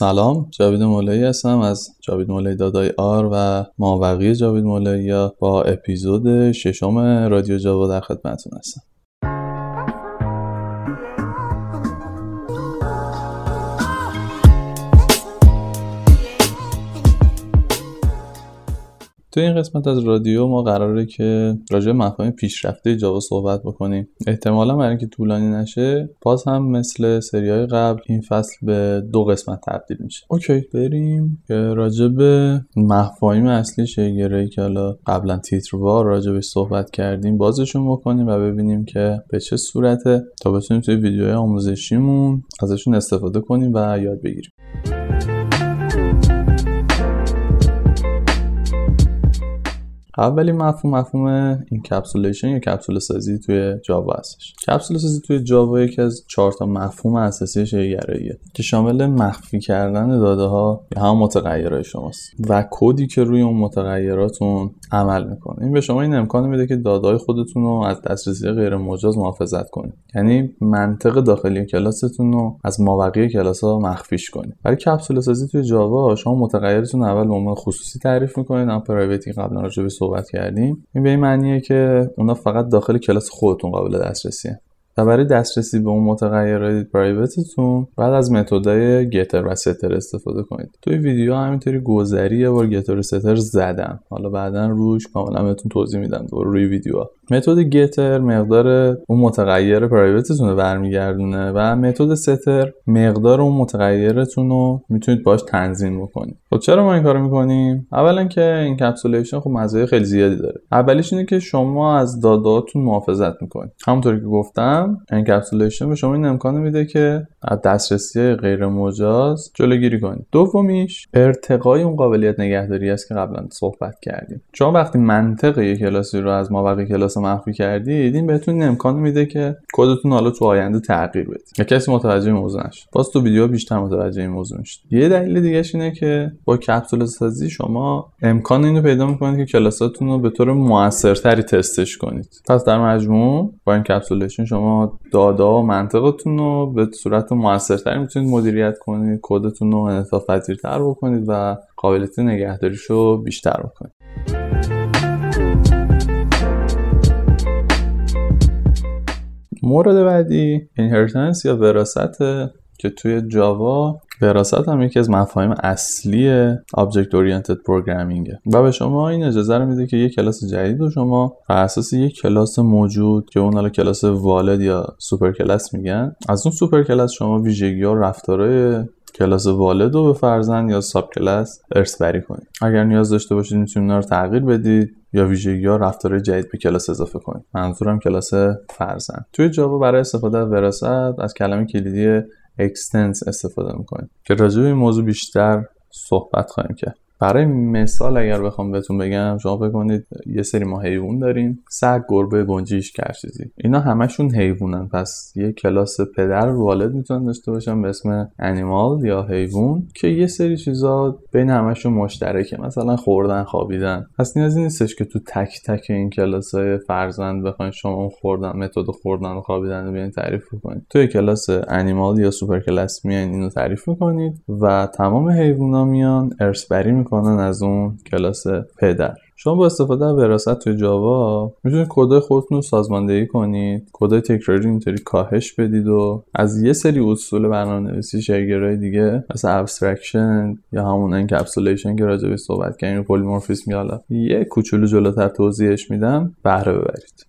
سلام، جاوید مولایی هستم از جاوید مولایی دادای آر و مابقی جاوید مولایی با اپیزود 6 رادیو جاوا در خدمتتون هستم. تو این قسمت از رادیو ما قراره که راجع به مفاهیم پیشرفته جاوا صحبت بکنیم. احتمالاً برای اینکه طولانی نشه باز هم مثل سری‌های قبل این فصل به 2 قسمت تبدیل میشه. اوکی، بریم که راجع به مفاهیم اصلی شیگرایی که حالا قبلا تیتروار راجع بهش صحبت کردیم بازشون بکنیم و ببینیم که به چه صورته تا بتونیم توی ویدیوهای آموزشیمون ازشون استفاده کنیم و یاد بگیریم. اولین مفهوم اینکپسولیشن یا کپسول سازی توی جاوا هستش. کپسول سازی توی جاوا یکی از 4 مفهوم اساسی شیگراییه که شامل مخفی کردن داده ها یا هم متغیرهای شماست و کدی که روی اون متغیراتون عمل میکنه. این به شما این امکان میده که داده های خودتون رو از دسترسی غیر مجاز محافظت کنید. یعنی منطق داخلی کلاستون رو از مابقی کلاس‌ها مخفیش کنید. برای کپسول سازی توی جاوا شما متغیرتون اول به عنوان خصوصی تعریف میکنید، اما پرایوتی قبلا راجع به صحبت کردیم. این به این معنیه که اونا فقط داخل کلاس خودتون قابل دسترسیه و برای دسترسی به اون متغیرهای پرایوتتون بعد از متدهای گتر و ستر استفاده کنید. توی ویدیو همینطوری گذری یه بار گتر و ستر زدم، حالا بعداً روش کاملا بهتون توضیح میدم روی ویدیوها. متد گتر مقدار اون متغیر پرایوتتون رو برمیگردونه و متد ستر مقدار اون متغیرتون رو میتونید باش تنظیم بکنید. خب چرا ما این کارو میکنیم؟ اولا که این کپسولیشن خب مزایای خیلی زیادی داره. اولیش اینه که شما از داده‌هاتون محافظت میکنید. همونطوری که گفتم انکپسولیشن به شما این امکان میده که از دسترسی غیر مجاز جلوگیری کنید. دومیش ارتقای اون قابلیت نگهداری است که قبلا صحبت کردیم. شما وقتی منطق یک کلاسی رو از مابقی کلاس مخفی کردید، این بهتون امکان میده که کدتون حالا تو آینده تغییر بدید یا کسی متوجه موضوع نشه. باز تو ویدیو بیشتر متوجه این موضوع میشید. یه دلیل دیگه اینه که با کپسول سازی شما امکان اینو پیدا میکنید که کلاساتون رو به طور موثرتری تستش کنید. پس در مجموع با این کپسولیشن شما داده و منطقتون رو به صورت موثرتری میتونید مدیریت کنید، کدتون رو انعطاف پذیرتر بکنید و قابلیت نگهداریش رو بیشتر بکنید. مورد بعدی اینهریتنس یا وراثت که توی جاوا وراثت هم یکی از مفاهیم اصلی Object Oriented Programming و به شما این اجازه رو میده که یک کلاس جدید رو شما بر اساس یک کلاس موجود که اون حالا کلاس والد یا سوپر کلاس میگن، از اون سوپر کلاس شما ویژگی‌ها و رفتارهای کلاس والد رو به فرزند یا ساب کلاس ارث بری کنید. اگر نیاز داشته باشید میتونید اونا رو تغییر بدید یا ویژگی‌ها رفتارهای جدید به کلاس اضافه کنید. منظورم کلاس فرزند. توی جاوا برای استفاده از وراثت از کلمه کلیدی extends استفاده میکنیم که راجع به این موضوع بیشتر صحبت خواهیم کرد. برای مثال اگر بخوام بهتون بگم، شما فکر کنید یه سری ما حیوان داریم، سگ، گربه، گنجشک، هر چیزی. اینا همشون حیوانن، پس یه کلاس پدر و والد میتونن داشته باشن به اسم انیمال یا حیوان که یه سری چیزا بین همشون مشترکه، مثلا خوردن، خوابیدن. پس نیازی نیستش که تو تک تک این کلاس‌های فرزند بخواید شما اون خوردن، متد خوردن و خوابیدن رو بیاین تعریف کنید. توی کلاس انیمال یا سوپر کلاس میاین اینو تعریف میکنید و تمام حیونا میان ارث بری کنن از اون کلاس پدر. شما با استفاده از وراثت توی جاوا میتونید کدای خودتون رو سازماندهی کنید، کدای تکراری اینطوری کاهش بدید و از یه سری اصول برنامه‌نویسی شیگرای دیگه مثل ابسترکشن یا همون انکپسولیشن که راجع بهش صحبت کردیم، پلیمورفیسم، حالا یه کوچولو جلوتر توضیحش میدم، بهره ببرید.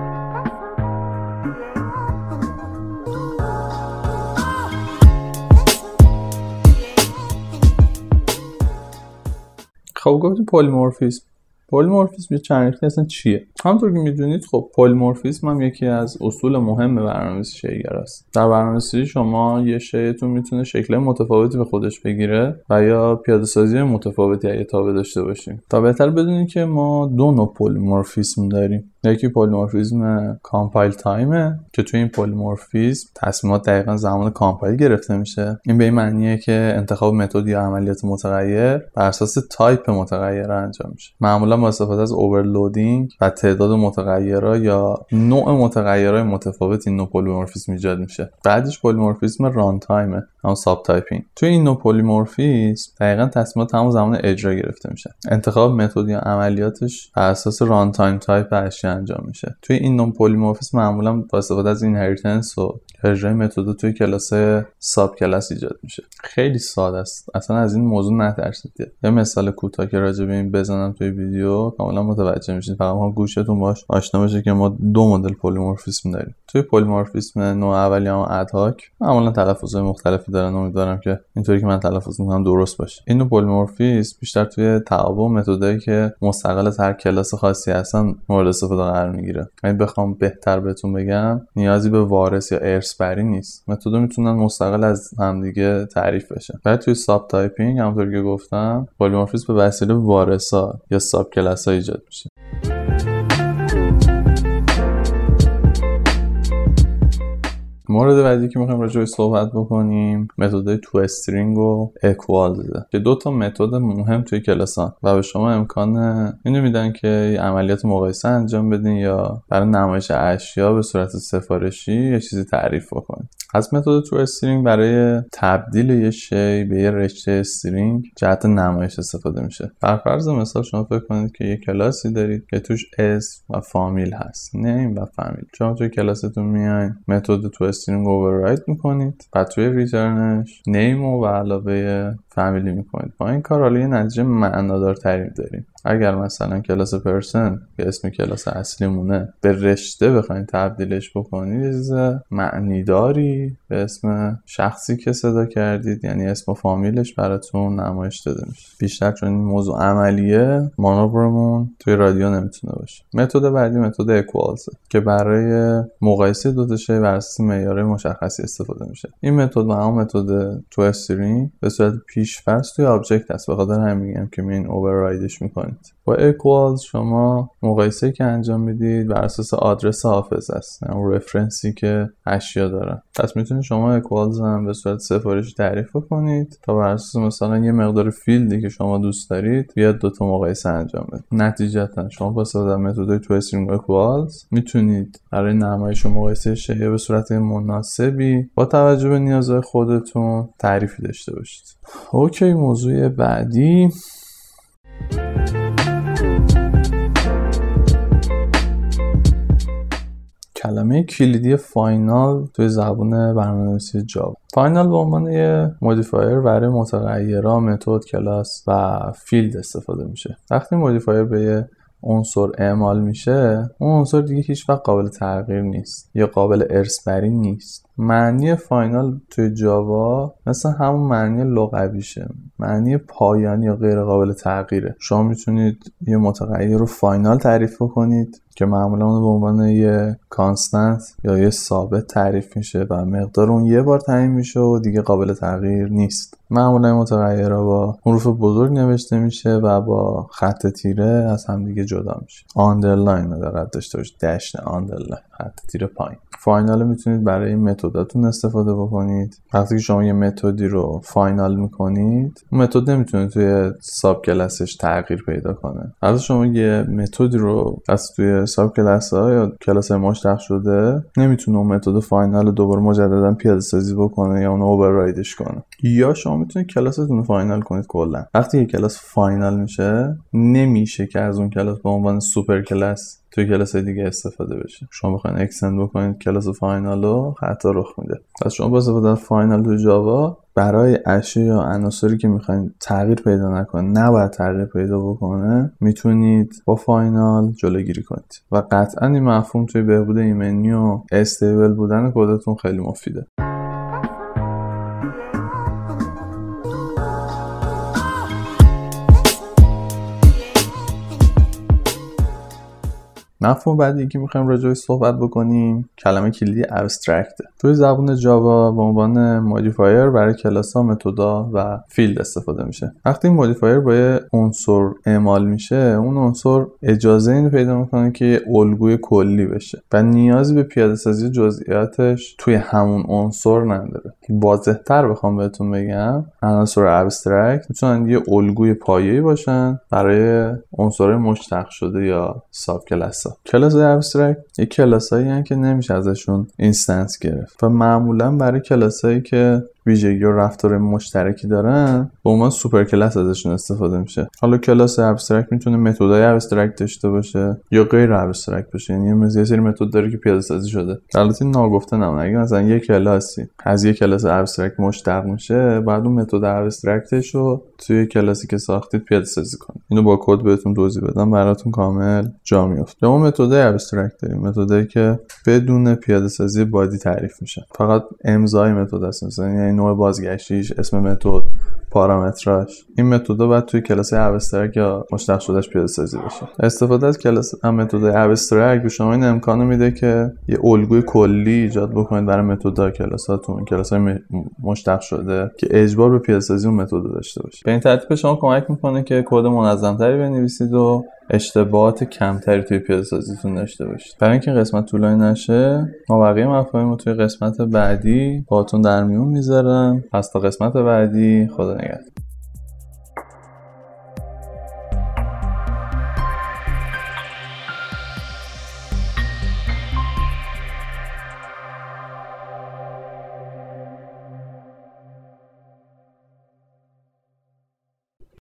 خب گفتیم پلیمورفیسم یه چند ریختی اصلا چیه؟ همونطور که میدونید خب پلیمورفیسم هم یکی از اصول مهم برنامه‌نویسی شیگر است. در برنامه‌نویسی شما یه شیتون میتونه شکل متفاوتی به خودش بگیره و یا پیاده‌سازی متفاوتی اگه تابع داشته باشیم. تا بهتر بدونید که ما 2 نوع پلیمورفیسم داریم. یکی پلیمورفیزم کامپایل تایمه که توی این پلیمورفیزم تصمیمات دقیقاً زمان کامپایل گرفته میشه. این به این معنیه که انتخاب متد یا عملیات متغیر بر اساس تایپ متغیر انجام میشه، معمولا با استفاده از اورلودینگ و تعداد متغیرها یا نوع متغیرهای متفاوت. این نوع پلیمورفیزم ایجاد میشه. بعدش پلیمورفیزم ران تایمه، اون ساب تایپینگ. توی این نوع پلیمورفیزم دقیقاً تصمیمات تمام زمان اجرا گرفته میشه. انتخاب متد یا عملیاتش بر اساس ران تایم تایپ اشیا انجام میشه. توی این نوع پلیمورفیزم معمولا با استفاده از اینهریتنس و اجرای متد توی کلاس ساب کلاس ایجاد میشه. خیلی ساده است، اصلا از این موضوع نترسید. یه مثال کوتاه که راجع به این بزنم توی ویدیو کاملا متوجه میشید. فقط ما گوشتون باش آشنا بشه که ما دو مدل پلیمورفیزم داریم. توی پلیمورفیزم نوع اولی هم ادهاک معمولا تلفظهای مختلفی دارن. امیدوارم که اینطوری که من تلفظ میکنم درست باشه. این نوع پلیمورفیزم بیشتر توی تعابع متدایی که مستقل از هر کلاس خاصی هستن مورد استفاده قرار میگیره. یعنی بخوام بهتر بهتون بگم، نیازی به وارث یا ارث بری نیست. متدها میتونن مستقل از همدیگه تعریف بشن. بعد توی ساب تایپینگ همونطور که گفتم پلیمورفیزم به وسیله وارثا یا ساب کلاس ها ایجاد میشه. مورد بعدی که میخوایم راجع بهش صحبت بکنیم متدهای تو استرینگ و اکوالزه که دو تا متد مهم توی کلاسان و به شما امکان اینو میدن که عملیات مقایسه انجام بدین یا برای نمایش اشیا به صورت سفارشی یه چیزی تعریف بکنید. از متد تو استرینگ برای تبدیل یه شی به یه رشته استرینگ جهت نمایش استفاده میشه. بر فرض مثال شما فکر کنید که یه کلاسی دارید که توش اسم و فامیل هست، نیم و فامیل. شما توی کلاستون میاین متد تو استرینگ اوورراید میکنید، بعد توی ریترنش نیم و علاوه فامیلی میکنید. با این کار حالا یه نتیجه معنادارتری داریم. اگر مثلا کلاس پرسن که اسم کلاس اصلیمونه به رشته بخواید تبدیلش بکنید، یه چیز معنیداری به اسم شخصی که صدا کردید، یعنی اسم و فامیلش براتون نمایش داده میشه. بیشتر چون این موضوع عملیه مانورمون توی رادیو نمیتونه باشه. متد بعدی متد اکوالز که برای مقایسه دو تا شی بر اساس معیارهای مشخصی استفاده میشه. این متد و هم متد تو استرینگ به صورت پیش‌فرض توی آبجکت هست، بخاطر همین میگم که این اووررایدش میکنید. با equals شما مقایسه‌ای که انجام میدید بر اساس آدرس حافظه است، اون رفرنسی که اشیا دارن. پس میتونید شما equals هم به صورت سفارشی تعریف کنید تا بر اساس مثلا یه مقدار فیلدی که شما دوست دارید بیاد دو تا مقایسه انجام بدید. نتیجتا شما با استفاده از متد تو استرینگ equals میتونید برای نمایش و مقایسه شیء به صورت مناسبی با توجه به نیازهای خودتون تعریفی داشته باشید. اوکی، موضوع بعدی کلمه کلیدی فاینال توی زبان برنامه‌نویسی جاوا. فاینال به عنوان یه مودیفایر برای متغیرها، متد، کلاس و فیلد استفاده میشه. وقتی مودیفایر به یه عنصر اعمال میشه، اون عنصر دیگه هیچ وقت قابل تغییر نیست یا قابل ارث بری نیست. معنی فاینال توی جاوا مثلا همون معنی لغویشه، معنی پایانی یا غیر قابل تغییره. شما میتونید یه متغیر رو فاینال تعریف کنید که معمولا اون به عنوان یه کانستنت یا یه ثابت تعریف میشه و مقدار اون یه بار تعیین میشه و دیگه قابل تغییر نیست. معمولا متغیرها با حروف بزرگ نوشته میشه و با خط تیره از هم دیگه جدا میشه. آندرلاین ندارد داشته باشه، دش آندرلاین، خط تیره پایین. فاینال میتونید برای متداتون استفاده بکنید. وقتی که شما یه متدی رو فاینال میکنید، اون متد نمیتونه توی ساب کلاسش تغییر پیدا کنه. وقتی شما یه متدی رو از توی ساب کلاس ها یا کلاس مشتق شده، نمیتونه اون متد فاینال رو دوباره مجددا پیاده سازی بکنه یا اون اووررایدش کنه. یا شما میتونید کلاستون رو فاینال کنید کلا. وقتی یه کلاس فاینال میشه، نمیشه که از اون کلاس به عنوان سوپر کلاس توی کلاس دیگه استفاده بشه. شما بخواید اکستند بکنید کلاس فاینال رو، خطا رخ میده. پس شما با استفاده از فاینال توی جاوا برای اشیا یا عناصری که میخواین تغییر پیدا نکنه، نباید تغییر پیدا بکنه، میتونید با فاینال جلوگیری کنید و قطعا این مفهوم توی بهبود ایمنی و استیبل بودن کدتون خیلی مفیده. مفهوم بعدی که میخوایم راجع بهش صحبت بکنیم کلمه کلیدی ابسترکته. توی زبان جاوا به عنوان مودیفایر برای کلاس‌ها، متدها و فیلد استفاده میشه. وقتی مودیفایر با یه عنصر اعمال میشه، اون عنصر اجازه اینو پیدا میکنه که یه الگوی کلی بشه و نیازی به پیاده‌سازی جزئیاتش توی همون عنصر نداره. واضح‌تر بخوام بهتون بگم، عناصر ابسترکت میتونن یه الگوی پایه‌ای باشن برای عنصرهای مشتق شده یا ساب کلاس‌ها. کلاس‌های ابسترکت یک کلاسایی هستن که نمیشه ازشون اینستنس گرفت و معمولا برای کلاسایی که ویژگی و رفتار مشترکی دارن به عنوان سوپر کلاس ازشون استفاده میشه. حالا کلاس ابسترکت میتونه متدای ابسترکت داشته باشه یا غیر ابسترکت باشه، یعنی یه سری متد داره که پیاده سازی شده. البته ناگفته نمونه، اگه مثلا یک کلاسی از یک کلاس ابسترکت مشتق میشه، بعد اون متد ابسترکتش رو توی کلاسی که ساختید پیاده سازی کنید. اینو با کد بهتون توضیح بدم براتون کامل جا میفته. اون متدای ابسترکت داریم، متدایی که بدون پیاده سازی بادی تعریف میشن، فقط امضای متد هست، یعنی نوع بازگشتیش، اسم متد، پارامتراش. این متدها باید توی کلاس ابسترکت یا مشتق شدهش پیاده سازی بشه. استفاده از کلاس متدهای ابسترکت به شما این امکانو میده که یه الگوی کلی ایجاد بکنید برای متدهای کلاساتون، کلاس‌های مشتق شده که اجبار به پیاده سازی اون متد داشته باشه. به این ترتیب به شما کمک میکنه که کد منظم‌تری بنویسید و اشتباهات کمتری توی پیاده سازیتون داشته باشید. برای اینکه قسمت طولانی نشه، ما بقیه مفاهیم رو توی قسمت بعدی باهاتون در میون میذارم. پس تا قسمت بعدی، خدا نگهدار.